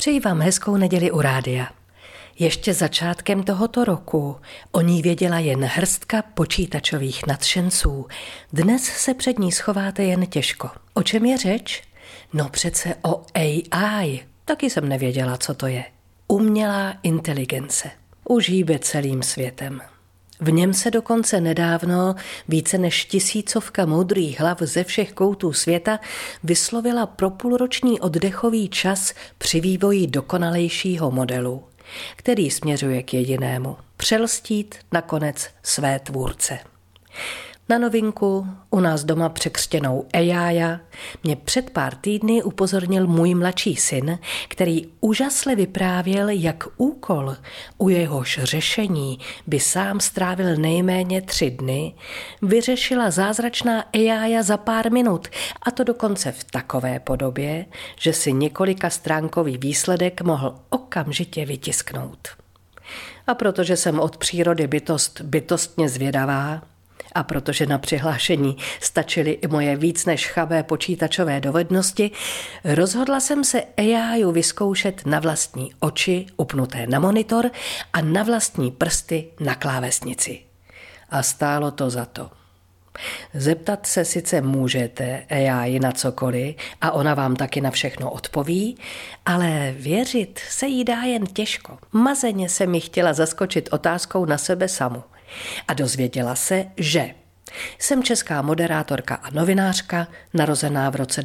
Přeji vám hezkou neděli u rádia. Ještě začátkem tohoto roku o ní věděla jen hrstka počítačových nadšenců. Dnes se před ní schováte jen těžko. O čem je řeč? No přece o AI. Taky jsem nevěděla, co to je. Umělá inteligence. Už hýbe celým světem. V něm se dokonce nedávno více než 1000 moudrých hlav ze všech koutů světa vyslovila pro půlroční oddechový čas při vývoji dokonalejšího modelu, který směřuje k jedinému – přelstít nakonec své tvůrce. Na novinku, u nás doma překřtěnou AI, mě před pár týdny upozornil můj mladší syn, který úžasle vyprávěl, jak úkol, u jehož řešení by sám strávil nejméně 3 dny, vyřešila zázračná AI za pár minut, a to dokonce v takové podobě, že si několikastránkový výsledek mohl okamžitě vytisknout. A protože jsem od přírody bytostně zvědavá, a protože na přihlášení stačily i moje víc než chabé počítačové dovednosti, rozhodla jsem se AI vyzkoušet na vlastní oči upnuté na monitor a na vlastní prsty na klávesnici. A stálo to za to. Zeptat se sice můžete AI na cokoliv a ona vám taky na všechno odpoví, ale věřit se jí dá jen těžko. Mazeně se mi chtěla zaskočit otázkou na sebe samu. A dozvěděla se, že jsem česká moderátorka a novinářka, narozená v roce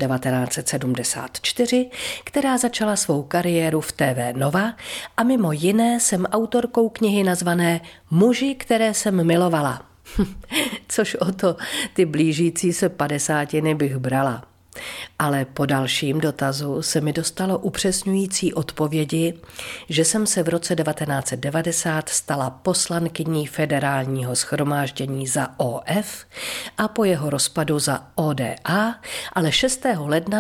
1974, která začala svou kariéru v TV Nova a mimo jiné jsem autorkou knihy nazvané Muži, které jsem milovala. Což o to ty blížící se 50 bych brala. Ale po dalším dotazu se mi dostalo upřesňující odpovědi, že jsem se v roce 1990 stala poslankyní Federálního shromáždění za OF a po jeho rozpadu za ODA, ale 6. ledna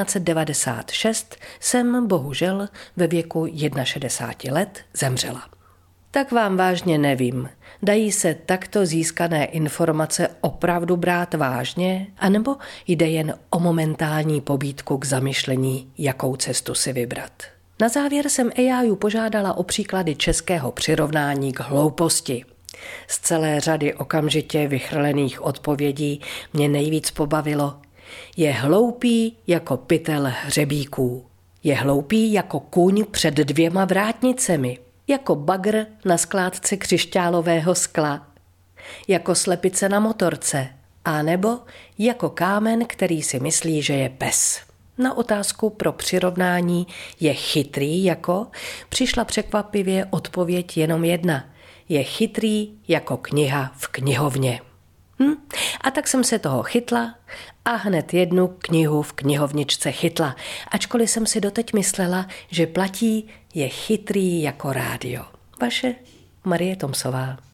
1996 jsem bohužel ve věku 61 let zemřela. Tak vám vážně nevím, dají se takto získané informace opravdu brát vážně, anebo jde jen o momentální pobídku k zamyšlení, jakou cestu si vybrat. Na závěr jsem AI požádala o příklady českého přirovnání k hlouposti. Z celé řady okamžitě vychrlených odpovědí mě nejvíc pobavilo: je hloupý jako pytel hřebíků, je hloupý jako kůň před 2 vrátnicemi, jako bagr na skládce křišťálového skla, jako slepice na motorce, anebo jako kámen, který si myslí, že je pes. Na otázku pro přirovnání je chytrý jako přišla překvapivě odpověď jenom jedna. Je chytrý jako kniha v knihovně. A tak jsem se toho chytla a hned jednu knihu v knihovničce chytla, ačkoliv jsem si doteď myslela, že platí je chytrý jako rádio. Vaše Marie Tomsová.